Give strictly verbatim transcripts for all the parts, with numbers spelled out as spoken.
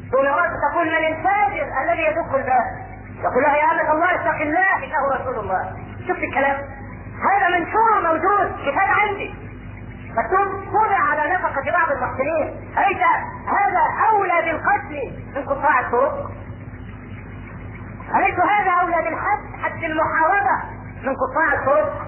ومرات تقول من الفاجر الذي يدق الباب، يقول لها يا أمة الله اتق الله إنه رسول الله. شفت الكلام؟ هذا منشور موجود كتاب عندي مكتوب طبع على نفقة بعض المحسنين. أليس هذا أولى بالقتل من قطاع الطرق؟ أليس هذا أولى بالحد حد المحاربة من قطاع الطرق؟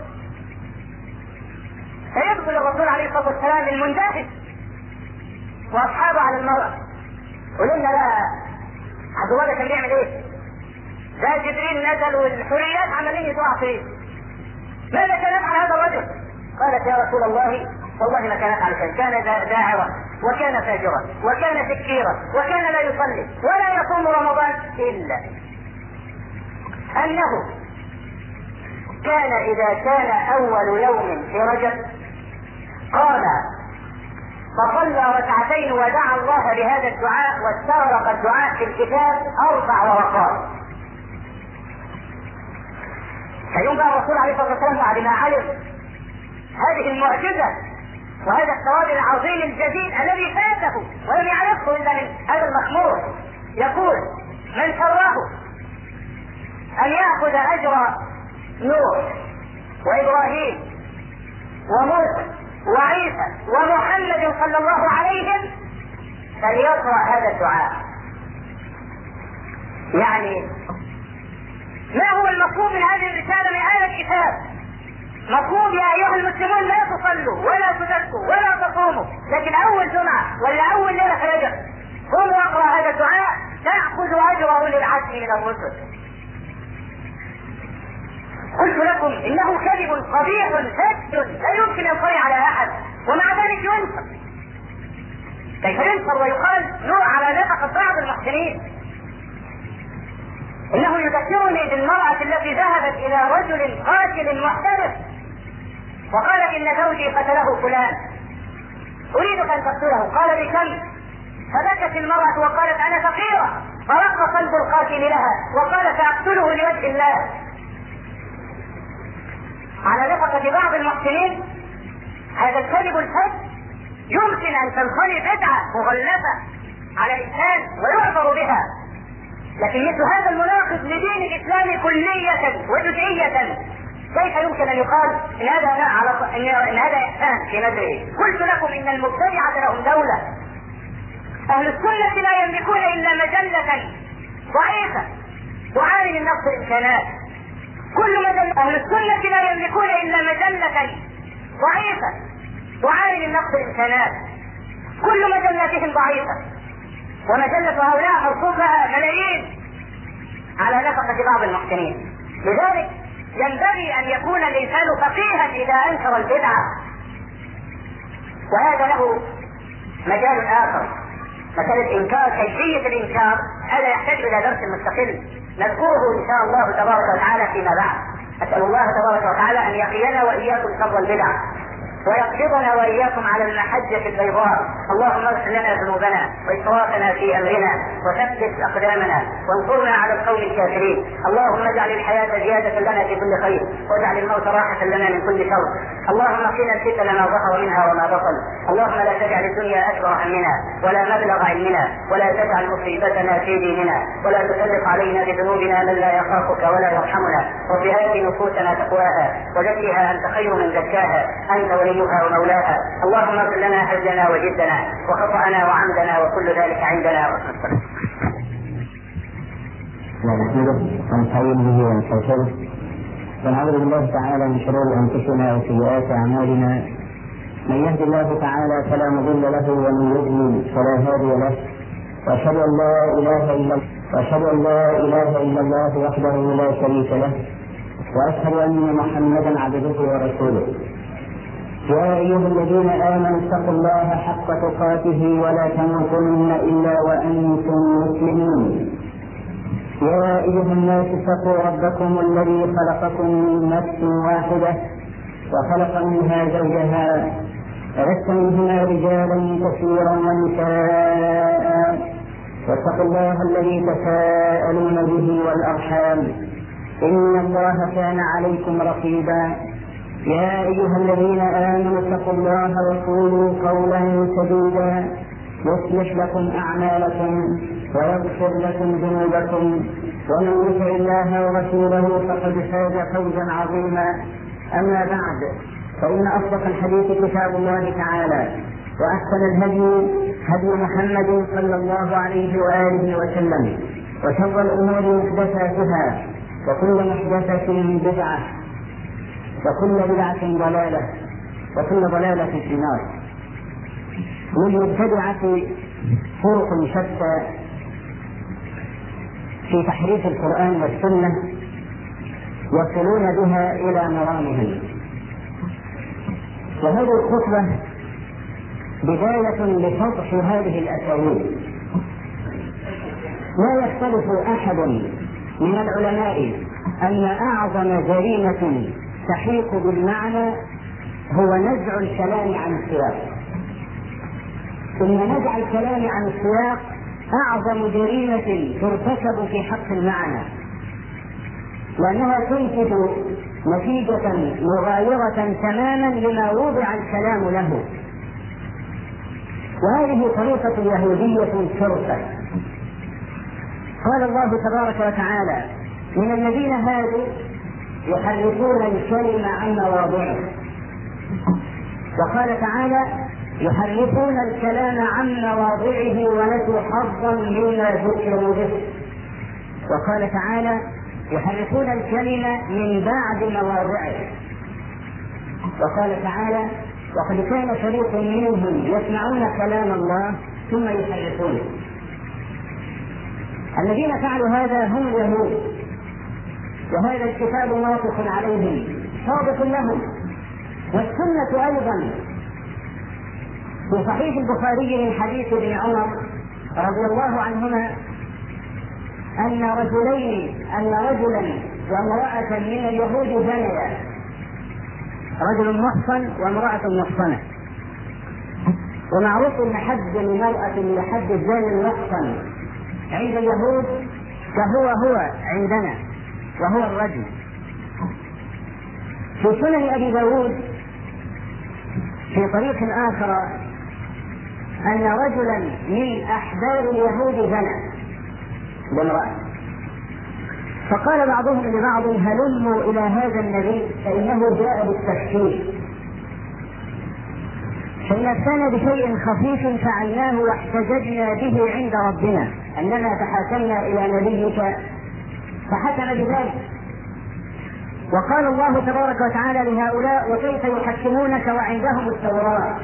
فيدخل الرسول عليه الصلاة والسلام المندهش وأصحابه على المرأة، قلنا لا عبد الله كان بيعمل ايه؟ ده جبريل نزل والحريات عمالين يدعوا فيه. ماذا كان يفعل هذا الرجل؟ قالت يا رسول الله والله ما كان يفعل شيء، كان داعرا وكان فاجرا وكان سكيرا وكان لا يصلي ولا يصوم رمضان، إلا أنه كان إذا كان أول يوم في رجب قال فصلى ركعتين ودعا الله بهذا الدعاء، واستغرق الدعاء في الكتاب أربع ورقات. فيوم بقى الرسول عليه الصلاة والسلام بعد ما علم هذه المعجزة وهذا الثواب العظيم الجديد الذي فاته ولم يعرفه إلا من هذا المخمور، يقول من سره أن يأخذ أجر نوح وإبراهيم وموسى وعيسى ومحمد صلى الله عليهم فليقرأ هذا الدعاء. يعني ما هو المطلوب من هذه الرسالة من هذا الكتاب؟ مطلوب يا أيها المسلمون لا تصلوا ولا تزكوا ولا تصوموا، لكن أول جمعة ولا أول ليلة في رجب قوموا واقرأ هذا الدعاء تأخذوا أجره للعشر من الرسل. قلت لكم إنه كذب قبيح فاسد لا يمكن ينطلي على أحد، ومع ذلك ينصر. كيف ينصر ويقال نوع على نفقة بعض المحسنين؟ إنه يذكرني بالمرأة التي ذهبت إلى رجل قاتل محترف وقالت إن زوجي قتله فلان أريدك أن تقتله، قال بكم؟ فبكت المرأة وقالت أنا فقيرة، فرق قلب القاتل لها وقال سأقتله لوجه الله. على نفقة بعض المحسنين هذا الكذب الفج يمكن أن تنخلي بدعة مغلفة على إنسان ويعبر بها، لكن مثل هذا المناقض لدين الإسلام كلية وجزئية كيف يمكن أن يقال إن هذا على إن هذا إحسان في نظره؟ قلت لكم إن المبتدعة لهم دولة. أهل السنة لا يملكون إلا مجلة ضعيفة تعاني من نقص الإمكانات. كل مجلة أهل السنة لا يملكون إلا مجلة ضعيفة تعاني من نقص الإمكانات. كل مجلاتهم ضعيفة، ومجلة هؤلاء مرصوص لها ملايين على نفقة بعض المحسنين. لذلك ينبغي أن يكون الإنسان فقيها إذا أنكر البدعة، وهذا له مجال آخر. مسألة إنكار كيفية الإنكار هذا يحتاج إلى درس مستقل نذكره إن شاء الله تبارك وتعالى فيما بعد. أسأل الله تبارك وتعالى أن يقينا وإياكم شر البدع ويقبضنا وإياكم على المحجة البيضاء. اللهم اغفر لنا ذنوبنا وإسرافنا في أمرنا وثبت أقدامنا وانصرنا على القوم الكافرين. اللهم اجعل الحياة زيادة لنا في كل خير واجعل الموت راحة لنا من كل شر. اللهم قنا الفتن ما ظهر منها وما بطن. اللهم لا تجعل الدنيا أكبر همنا ولا مبلغ علمنا ولا تجعل مصيبتنا في ديننا ولا تسلط علينا بذنوبنا من لا يخافك ولا يرحمنا. رب هات نفوسنا تقواها وزكها أنت خير من زكاها أنت ولي ومولاها. اللهم اغفر لنا هزنا وجدنا وخطأنا وعمدنا وكل ذلك عندنا. ونحمده ونستعين به ونستغفره ونعوذ بالله تعالى من شرور انفسنا وسيئات اعمالنا. من يهد الله تعالى فلا مضل له ومن يضلل فلا هادي له. واشهد ان لا اله الا واشهد ان لا اله الا الله وحده لا شريك له واشهد ان محمدا عبده ورسوله. يا أيها الذين آمنوا اتقوا الله حق تقاته ولا تموتن إلا وأنتم مسلمون. يا أيها الناس اتقوا ربكم الذي خلقكم من نفس واحدة وخلق منها زوجها وبث منهما رجالا كثيرا ونساء واتقوا الله الذي تساءلون به والأرحام إن الله كان عليكم رقيبا. يا أيها الذين آمنوا اتقوا الله وقولوا قولا سديدا يصلح لكم أعمالكم ويغفر لكم ذنوبكم، ومن يطع الله ورسوله فقد فاز فوزا عظيما. أما بعد، فإن أصدق الحديث كتاب الله تعالى، وأحسن الهدي هدي محمد صلى الله عليه وآله وسلم، وشر الأمور محدثاتها، وكل محدثة بدعة، وكل بدعة ضلالة، وكل ضلالة في النار. للمبتدعة فرق شتى في تحريف القرآن والسنة يصلون بها إلى مرامهم. وهذه الخطبة بداية لشرح هذه الأساليب. لا يختلف أحد من العلماء أن أعظم جريمة تحيق بالمعنى هو نزع الكلام عن السياق. إن نزع الكلام عن السياق أعظم جريمة ترتكب في حق المعنى، لأنها تنتج نتيجة مغايرة تماما لما وضع الكلام له. وهذه طريقة يهودية شرسة. قال الله تبارك وتعالى: من الذين هادوا يحرفون الكلم عن مواضعه. وقال تعالى: يحرفون الكلام عن مواضعه ونسوا حظا مما ذكروا به. وقال تعالى: يحرفون الكلمة من بعد مواضعه. وقال تعالى: وقد كان فريق منهم يسمعون كلام الله ثم يحرفونه. الذين فعلوا هذا هم اليهود، وهذا الكتاب واقف عليهم صادق لهم. والسنة أيضا في صحيح البخاري من حديث ابن عمر رضي الله عنهما أن رجلين أن رجلا وامرأة من اليهود زنيا، رجل محصن وامرأة محصنة. ومعروف أن حد المرأة من حد الزاني المحصن عند اليهود فهو هو عندنا، وهو الرجل. في سنن أبي داود في طريق آخر أن رجلا من أحبار اليهود زنى بامرأة، فقال بعضهم لبعض: هلموا إلى هذا النبي فإنه جاء بالتشكيك، فإن كان بشيء خفيف فعلناه واحتججنا به عند ربنا أننا تحاكمنا إلى نبيك فحكم بذلك. وقال الله تبارك وتعالى لهؤلاء: وكيف يحكمونك وعندهم التوراة.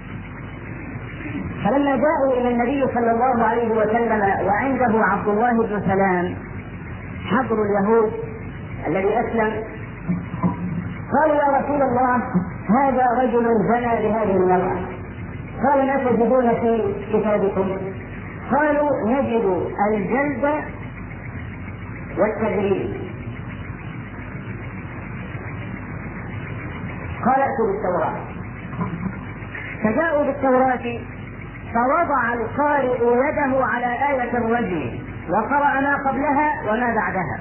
فلما جاءوا إلى النبي صلى الله عليه وسلم وعنده عبد الله بن سلام حبر اليهود الذي أسلم، قالوا: يا رسول الله، هذا رجل زنى بهذه المرأة. قال: ما تجدون في كتابكم؟ قالوا: نجد الجلد والتغريب. قال: ائتوا بالتوراة. فجاءوا بالتوراة، فوضع القارئ يده على آية الرجم وقرأ ما قبلها وما بعدها.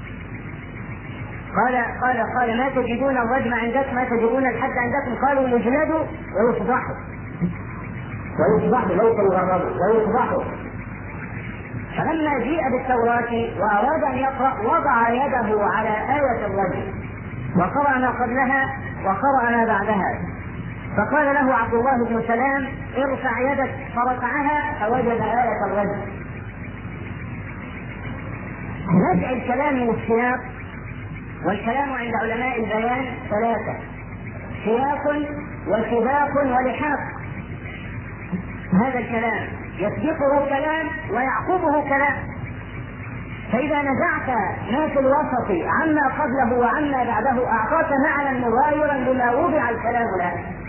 قال قال قال ما تجدون الرجم عندكم؟ ما تجدون الحد عندكم؟ قالوا: يجلدوا ويفضحوا ويفضحوا ليس يغربوا ويفضحوا. فلما جيء بالتوراة وأراد أن يقرأ وضع يده على آية الرجم وقرأ ما قبلها وقرأ ما بعدها. فقال له عبد الله بن سلام: ارفع يدك، فرفعها فوجد آية الرجم. نزع الكلام من السياق. والكلام عند علماء البيان ثلاثة: سياق وسباق ولحاق. هذا الكلام يسبقه كلام ويعقبه كلام. فإذا نزعت ما في الوسط عما قبله وعما بعده أعطاك معنى مغايرا لما وضع الكلام له.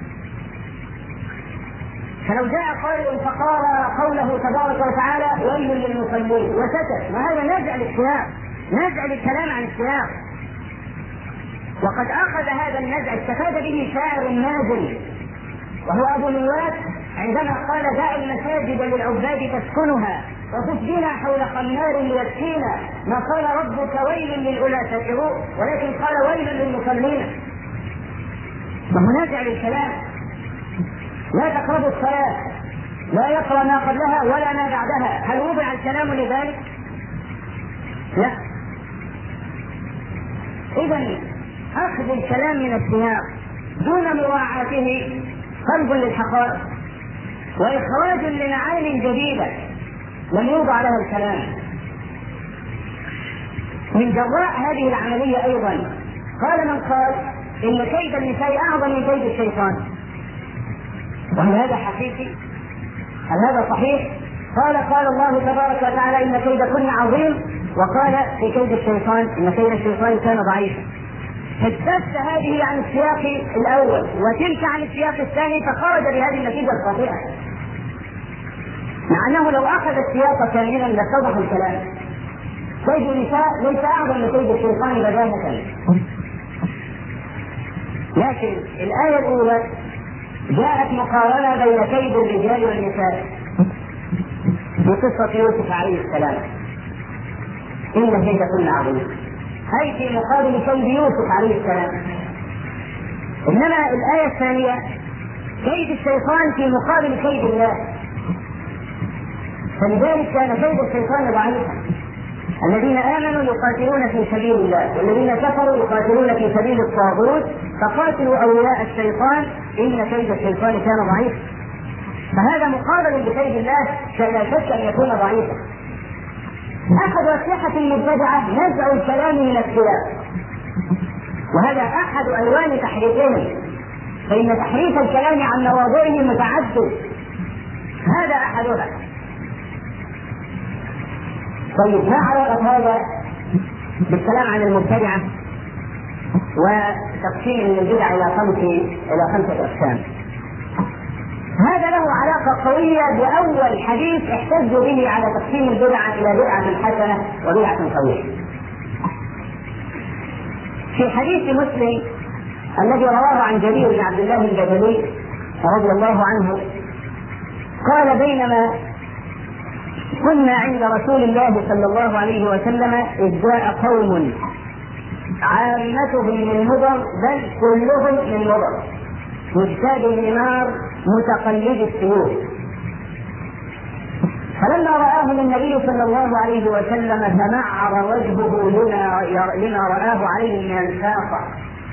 فلو جاء قائل فقال قوله تبارك وتعالى: ويل للمصلين، وسكت، وهذا نزع للسياق، نزع للكلام عن السياق. وقد أخذ هذا النزع استفاد به شاعر نازل وهو أبو نواس عندما قال: دع المساجد للعباد تسكنها وطف بنا حول خمار يسكينا، ما قال ربك ويل للأولى تسروا، ولكن قال ويل للمصلين. فهو نزع للكلام. لا تقربوا الصلاة، لا يقرأ ما قبلها ولا ما بعدها. هل وضع الكلام لذلك؟ لا. إذا أخذ الكلام من السياق دون مراعاته قلب للحقائق وإخراج لمعاني جديدة لم يوضع لها الكلام. من جراء هذه العملية أيضا قال من قال إن كيد النساء أعظم من كيد الشيطان. وهل هذا حقيقي؟ هل هذا صحيح؟ قال قال الله تبارك وتعالى إن كيدكن عظيم، وقال في كيد الشيطان إن كيد الشيطان كان ضعيفا. فاجتث هذه عن السياق الأول وتلك عن السياق الثاني، فخرج بهذه النتيجة الخاطئة، مع أنه لو أخذ السياق كاملا لاتضح الكلام. كيد النساء ليس أعظم من كيد الشيطان بداهة، لكن الآية الأولى جاءت مقارنة بين كيد الرجال والنساء في قصة يوسف عليه السلام، إن كيدكن عظيم، أي في مقابل كيد يوسف عليه السلام. إنما الآية الثانية كيد الشيطان في مقابل كيد الله، فلذلك كان كيد الشيطان ضعيفا. الذين آمنوا يقاتلون في سبيل الله والذين كفروا يقاتلون في سبيل الطاغوت فقاتلوا أولياء الشيطان إن كيد الشيطان كان ضعيفا. فهذا مقابل بكيد الله فلا شك أن يكون ضعيفا. أحد أسلحة المبتدعة نزع الكلام من السياق، وهذا أحد ألوان تحريفهم، فإن تحريف الكلام عن مواضعه متعدد، هذا أحدها. طيب ما علاقة هذا بالكلام عن المبتدعة وتقسيم البدع إلى خمس إلى خمسة أقسام؟ هذا له علاقة قوية بأول حديث احتجوا به على تقسيم البدعة إلى بدعة حسنة وبدعة قوية. في حديث مسلم الذي رواه عن جرير بن عبد الله البجلي رضي الله عنه قال بينما كنا عند رسول الله صلى الله عليه وسلم إذ جاء قوم عامتهم من مضر بل كلهم من مضر مجتاد النار متقلد السيوف، فلما رآهم النبي صلى الله عليه وسلم تمعر وجهه لما, لما رآه عليه من الفاقة،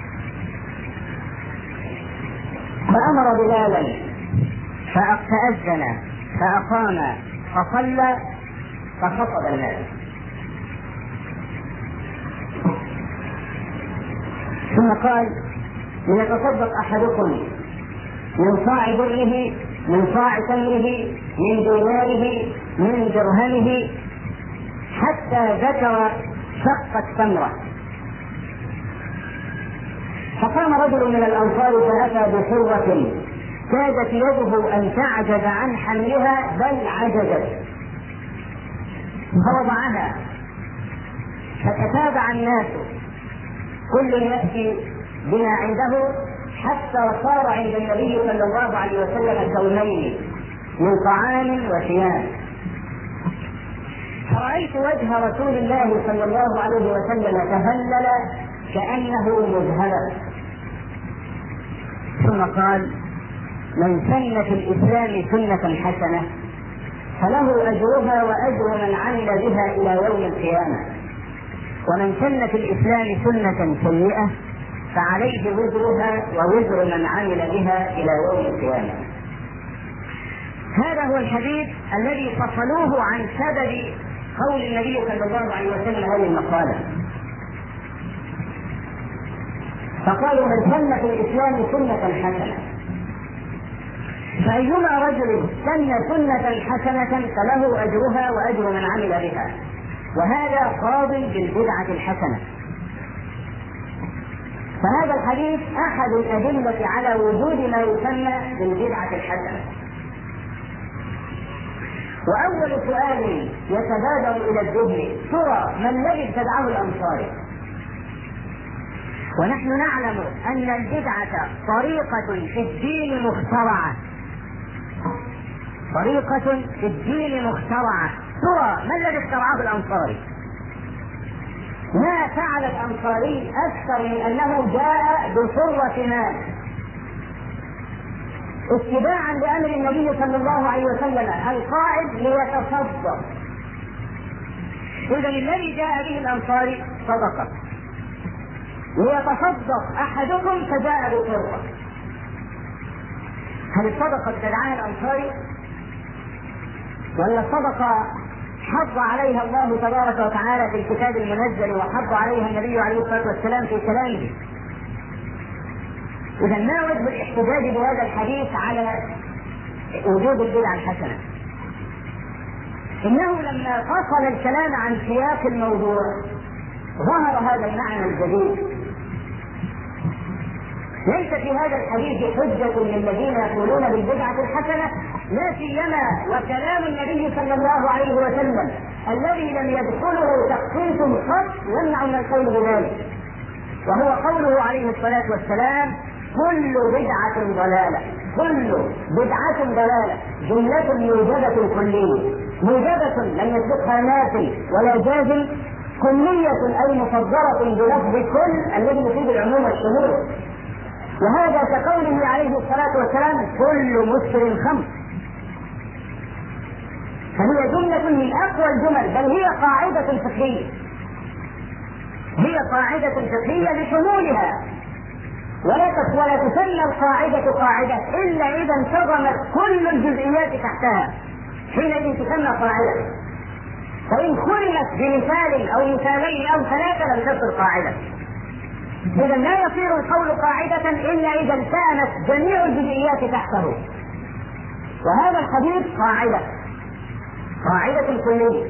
فأمر بلالا فأذن فأقام فصلى فخطب الناس، ثم قال ليتصدق أحدكم من صاع بره من صاع تمره من ديناره من درهمه، حتى ذكر شق التمرة. فقام رجل من الأنصار فأتى بحرة كادت يده أن تعجز عن حملها بل عجزت، فوضعها، فتتابع الناس كل يأتي بما عنده حتى صار عند النبي صلى الله عليه وسلم كونين من طعام وثياب. فرأيت وجه رسول الله صلى الله عليه وسلم تهلل كأنه مذهل، ثم قال من سن في الإسلام سنة حسنة فله أجرها وأجر من عمل بها إلى يوم القيامة، ومن سن في الإسلام سنة سيئة فعليه وزرها ووزر من عمل بها إلى يوم القيامة. هذا هو الحديث الذي فصلوه عن سبب قول النبي صلى الله عليه وسلم هذه المقالة، فقالوا من سن في الإسلام سنة حسنة، فأيما رجل سن سنة حسنة فله أجرها وأجر من عمل بها، وهذا قاضي بالبدعة الحسنة. فهذا الحديث أحد الأدلة على وجود ما يسمى بالبدعة الحسنة. وأول سؤال يتبادر إلى الذهن ترى ما الذي ابتدعه الأنصاري؟ ونحن نعلم أن البدعة طريقة في الدين مخترعة، طريقة في الدين مخترعة. ترى ما الذي اخترعه الأنصاري؟ ما فعل الأنصاري أكثر من أنه جاء بصرة مال اتباعا لأمر النبي صلى الله عليه وسلم القائد ليتصدق إذا الذي جاء به الأنصاري صدقة. ليتصدق أحدكم فجاء بفرقة. هل الصدقة ابتدعها الأنصاري؟ ولا الصدقة حض عليها الله تبارك وتعالى في الكتاب المنزل وحض عليها النبي عليه الصلاة والسلام في كلامه؟ إذا ما وجه الاحتجاج بهذا الحديث على وجود البدعة الحسنة؟ إنه لما فصل الكلام عن سياق الموضوع ظهر هذا المعنى الجديد. ليس في هذا الحديث حجة للذين يقولون بالبدعة الحسنة، لا سيما وكلام النبي صلى الله عليه وسلم الذي لم يدخله تخصيص قط يمنع من القول بذلك، وهو قوله عليه الصلاة والسلام: كل بدعة ضلالة. كل بدعة ضلالة جملة موجبة كلية، موجبة لم يسبقها نافي ولا جازم، كلية أي مصدرة بلفظ كل الذي يفيد العموم والشمول. وهذا كقوله عليه الصلاة والسلام: كل مسكر خمر. فهي جملة من أقوى الجمل، بل هي قاعدة فقهية، هي قاعدة فقهية لشمولها، ولا ولا تسمى القاعدة قاعدة إلا إذا انتظمت كل الجزئيات تحتها، حينئذ تسمى قاعدة. فإن خلت بمثال أو مثالين أو ثلاثة لم تصل قاعدة. إذا لا يصير القول قاعدة إلا إذا التأمت جميع الجزئيات تحته. وهذا الحديث قاعدة، قاعدة كلية.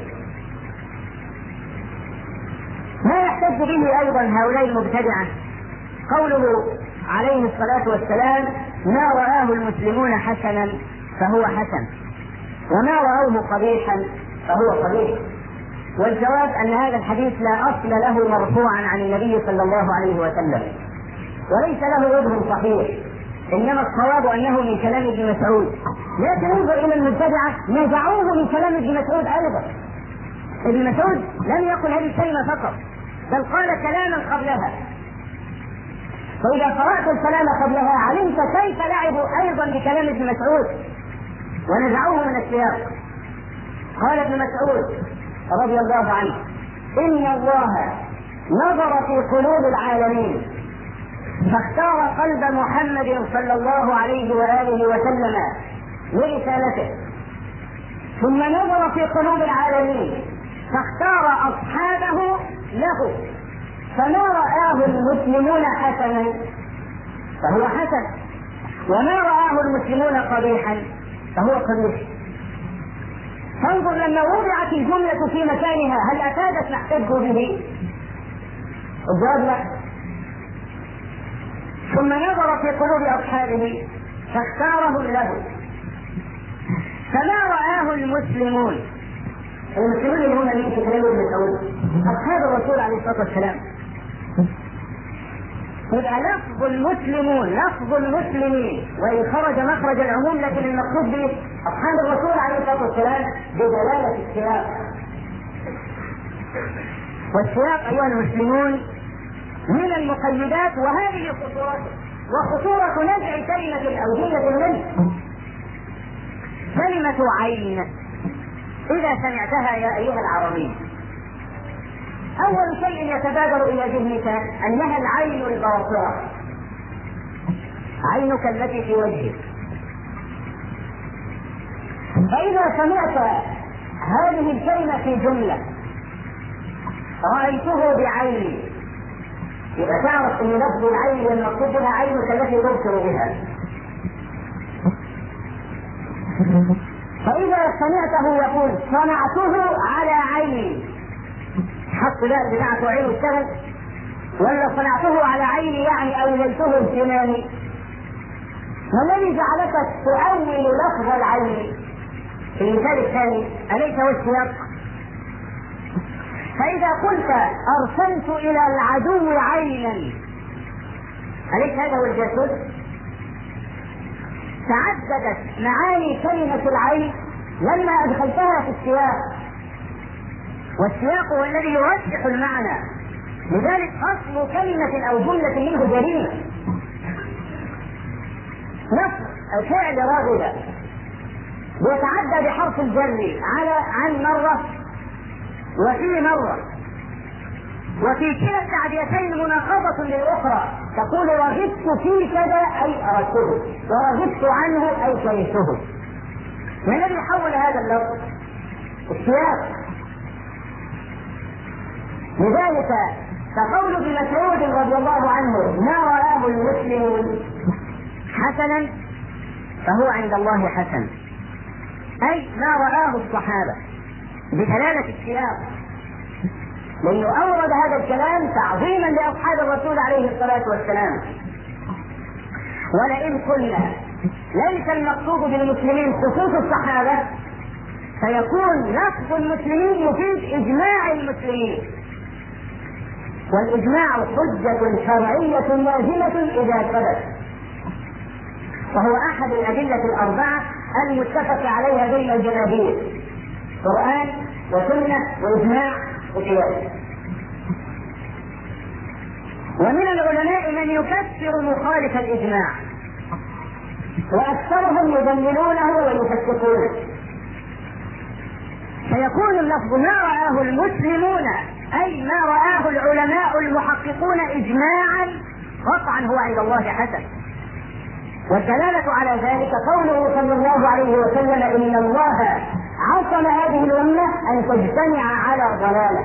ما يحتج به أيضا هؤلاء المبتدعة قوله عليه الصلاة والسلام: ما رآه المسلمون حسنا فهو حسن، وما رأوه قبيحا فهو قبيح. والجواب أن هذا الحديث لا أصل له مرفوعا عن النبي صلى الله عليه وسلم، وليس له وجه صحيح، إنما الصواب أنه من كلام ابن مسعود. لكن انظر إلى المبتدعة، نزعوه من كلام ابن مسعود أيضا. ابن مسعود لم يقل هذه الكلمة فقط، بل قال كلاما قبلها. فإذا قرأت الكلام قبلها علمت كيف لعبوا أيضا بكلام ابن مسعود ونزعوه من السياق. قال ابن مسعود رضي الله عنه: إن الله نظر في قلوب العالمين فاختار قلب محمد صلى الله عليه وآله وسلم لرسالته، ثم نظر في قلوب العالمين فاختار أصحابه له، فما رآه المسلمون حسنا فهو حسن، وما رآه المسلمون قبيحا فهو قبيح. فانظر لما وضعت الجملة في مكانها هل أفادت ما احتجوا به؟ الجواب لا. ثم نظر في قلوب أصحابه فاختارهم له، فما رآه المسلمون. المسلمون اللي هم من كلام ابن مسعود أصحاب الرسول عليه الصلاة والسلام. يبقى لفظ المسلمون لفظ المسلمين وإن خرج مخرج العموم، لكن المقصود به أصحاب الرسول عليه الصلاة والسلام بدلالة السياق. والسياق أيها المسلمون من المقيدات، وهذه خطورته وخطورة نزع كلمة أو جملة منه. كلمة عين إذا سمعتها يا أيها العربي، أول شيء يتبادر إلى ذهنك أنها العين الباصرة، عينك التي في وجهك. فإذا سمعت هذه الكلمة في جملة رأيته بعيني، يبقى تعرف أن لفظ العين المقصود بها عينك التي تبصر بها. فإذا سمعته يقول صنعته على عيني، حط بقى بتاعته عينه اشتغل، ولا صنعته على عيني يعني أوليته بسناني؟ ما الذي جعلك تؤول لفظ العين في المثال الثاني؟ أليس هو السياق؟ فإذا قلت أرسلت إلى العدو عينا، أليس هذا هو الجسد؟ تعددت معاني كلمة العين لما أدخلتها في السياق، والسياق هو الذي يرجح المعنى. لذلك أصل كلمة أو جملة منه جريمة. نص فعل راغبة يتعدى بحرف الجر على عن مرة وفي مرة، وفي كلا التعبيرتين مناقضة للأخرى، تقول رغبت في كذا أي أردته، ورغبت عنه أي كرهته. ما الذي حول هذا اللفظ؟ السياق. لذلك فقول ابن مسعود رضي الله عنه ما رآه المسلمون حسنا فهو عند الله حسن، أي ما رآه الصحابة، بدلالة السياق، لأنه أورد هذا الكلام تعظيما لأصحاب الرسول عليه الصلاة والسلام. ولئن قلنا ليس المقصود بالمسلمين خصوص الصحابة فيكون لفظ المسلمين يفيد إجماع المسلمين، والإجماع حجة شرعية لازمة إذا ثبت، وهو أحد الأدلة الأربعة المتفق عليها بين الجماهير، قرآن وسنة وإجماع وقياس. ومن العلماء من يكفر مخالف الإجماع، وأكثرهم يدللونه ويفسقونه، فيكون اللفظ ما رآه المسلمون أي ما رآه العلماء المحققون إجماعا قطعا هو عند الله حسن. والدلالة على ذلك قوله صلى الله عليه وسلم إن الله عصم هذه الأمة أن تجتمع على ضلالة.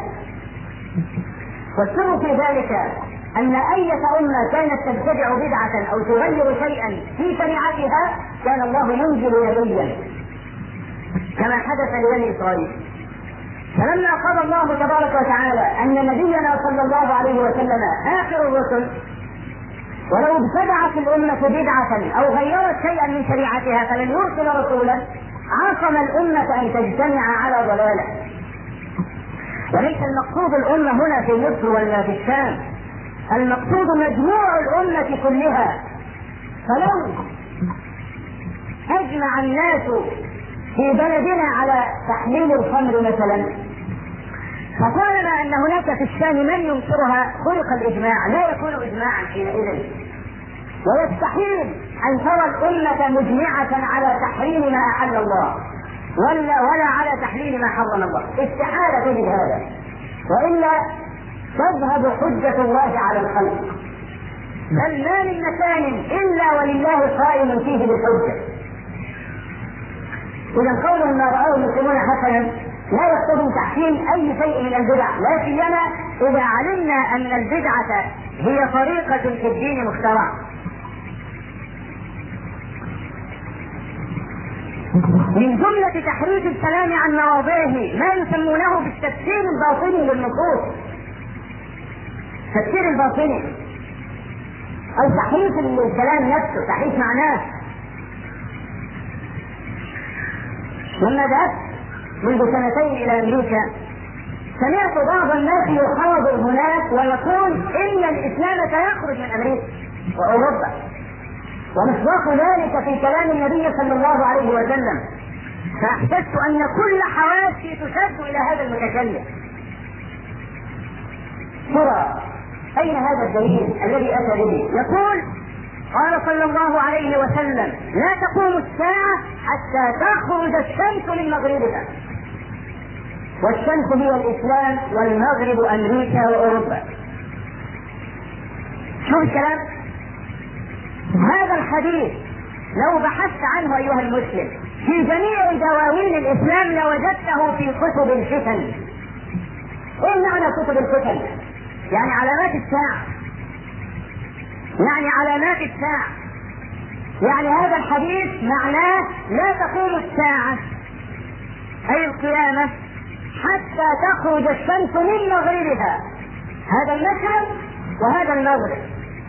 والسر في ذلك أن أية أمة كانت تبتدع بدعة أو تغير شيئا في شريعتها كان الله ينزل نبيا كما حدث لبني إسرائيل. فلما قضى الله تبارك وتعالى أن نبينا صلى الله عليه وسلم آخر الرسل، ولو ابتدعت الأمة بدعة أو غيرت شيئا من شريعتها فلن يرسل رسولا، عصم الأمة أن تجتمع على ضلالة. وليس المقصود الأمة هنا في مصر ولا في الشام، المقصود مجموع الأمة كلها. فلو أجمع الناس في بلدنا على تحليل الخمر مثلا، فطالما أن هناك في الشام من ينكرها خلق الإجماع، لا يكون إجماعا حينئذ. ويستحيل أن ترى الأمة مجمعة على تحريم ما أحل الله ولا ولا على تحليل ما حرم الله، استحالة تجد هذا، وإلا تذهب حجة الله على الخلق. بل ما من مكان إلا ولله قائم فيه بالحجة. إذا قولهم ما رآه المسلمون حسنا لا يقتضي تحسين أي شيء من البدع، لا سيما إذا علمنا أن البدعة هي طريقة في الدين مخترعة. من جملة تحريف الكلام عن مواضعه ما يسمونه بالتفسير الباطني للنصوص، التفسير الباطني أو تحريف الكلام نفسه، تحريف معناه. لما ذهبت منذ سنتين إلى أمريكا سمعت بعض الناس يحاضر هناك ويقول إن الإسلام سيخرج من أمريكا وأوروبا، ومصداق ذلك في كلام النبي صلى الله عليه وسلم. فأحسست أن كل حواسي تشد إلى هذا المتكلم. ترى أين هذا الدليل الذي أتى به؟ يقول قال صلى الله عليه وسلم لا تقوم الساعة حتى تخرج الشمس من مغربها، والشمس هي الإسلام والمغرب أمريكا وأوروبا. شوف الكلام. هذا الحديث لو بحثت عنه أيها المسلم في جميع دواوين الإسلام لوجدته في كتب الفتن. إيه معنى كتب الفتن؟ يعني علامات الساعة، يعني علامات الساعة، يعني هذا الحديث معناه لا تقوم الساعة أي القيامة حتى تخرج الشمس من مغربها، هذا المشرق وهذا المغرب.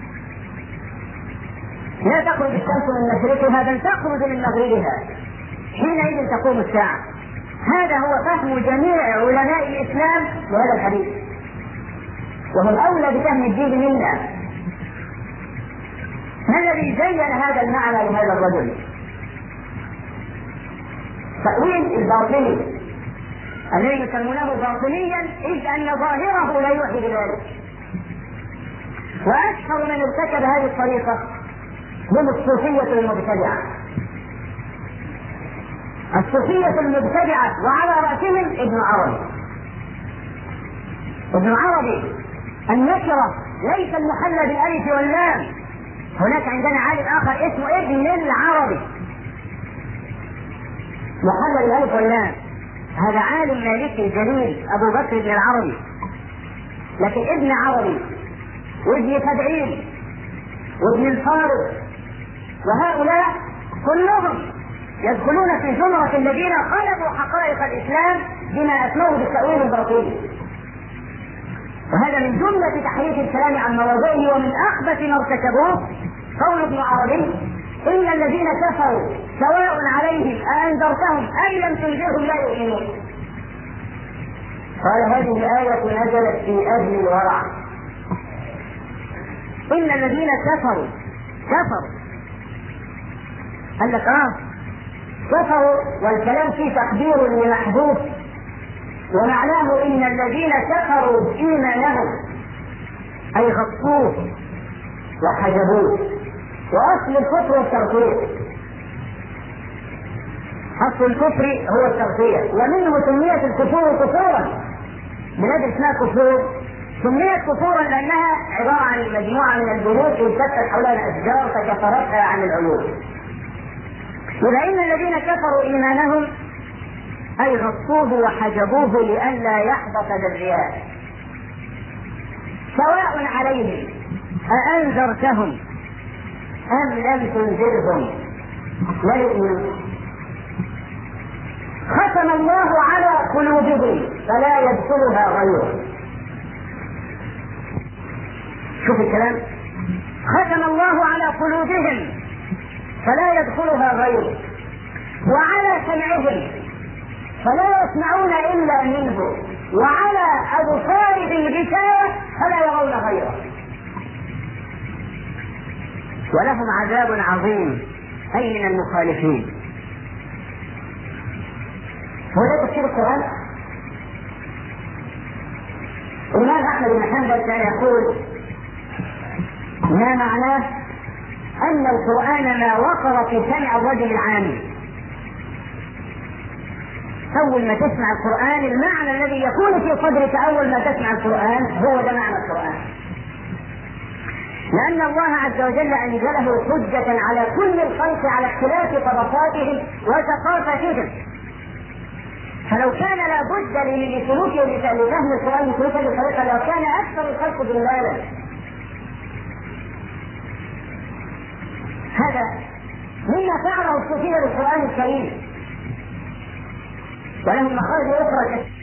لا تخرج الشمس من مشرقها بل تخرج من مغربها، حينئذ تقوم الساعة. هذا هو فهم جميع علماء الإسلام لهذا الحديث، وهم أولى بفهم الدين منا. ما الذي زين هذا المعنى لهذا الرجل؟ تأويل الباطني الذي يسمونه باطنيا، إذ أن ظاهره لا يوحي بذلك. وأشهر من ارتكب هذه الطريقة هم الصوفية المبتدعة. الصوفية المبتدعة وعلى رأسهم ابن عربي. ابن عربي النكرة ليس المحلى بالألف واللام. هناك عندنا عالم آخر اسمه ابن العربي محلى بالألف واللام، هذا عالم مالكي جليل أبو بكر بن العربي. لكن ابن عربي وابن تبعين وابن الفارض وهؤلاء كلهم يدخلون في زمرة الذين خلقوا حقائق الإسلام بما أسموه بالتأويل الباطني. وهذا من جملة تحريف الكلام عن مواضعه، ومن أخبث ما ارتكبوه قول ابن عربي إن الذين كفروا سواء عليهم أأنذرتهم أم لم تنذرهم لا يؤمنون. قال هذه الآية نزلت في أهل الورع. إن الذين كفروا كفروا قال لك آه كفروا، والكلام فيه تقدير لمحذوف، ومعناه إن الذين كفروا إيمانهم أي غطوه وحجبوه. وأصل الكفر التغطية، أصل الكفر هو التغطية، ومنه سميت الكفور كفورا. بلاد اسمها كفور سميت كفورا لأنها عبارة عن مجموعة من البيوت يتفتح حولها الأشجار فكفرتها عن العيون. ولأن الذين كفروا إيمانهم أي غطوه وحجبوه لئلا يحبط بالرياء. سواء عليهم أأنذرتهم أم لم تنذرهم لا يؤمنون. ختم الله على قلوبهم فلا يدخلها غيره. شوف الكلام، ختم الله على قلوبهم فلا يدخلها غيره، وعلى سمعهم فلا يسمعون إلا منه، وعلى أبصارهم غشاوة فلا يرون غيره، ولهم عذاب عظيم أي من المخالفين. هو ده تفسير القرآن. الإمام أحمد بن حنبل كان يقول ما معناه أن القرآن ما وقر في سمع الرجل العامي. أول ما تسمع القرآن المعنى الذي يكون في صدرك أول ما تسمع القرآن هو ده معنى القرآن، لأن الله عز وجل أنزله حجة على كل الخلق على اختلاف طبقاتهم وثقافتهم. فلو كان لابد لسلوكهم لفهم القرآن سلوكا بطريقة لو كان أكثر الخلق ضلالا. هذا مما فعله الصوفية بالقرآن الكريم، ولهم مخارج أخرى.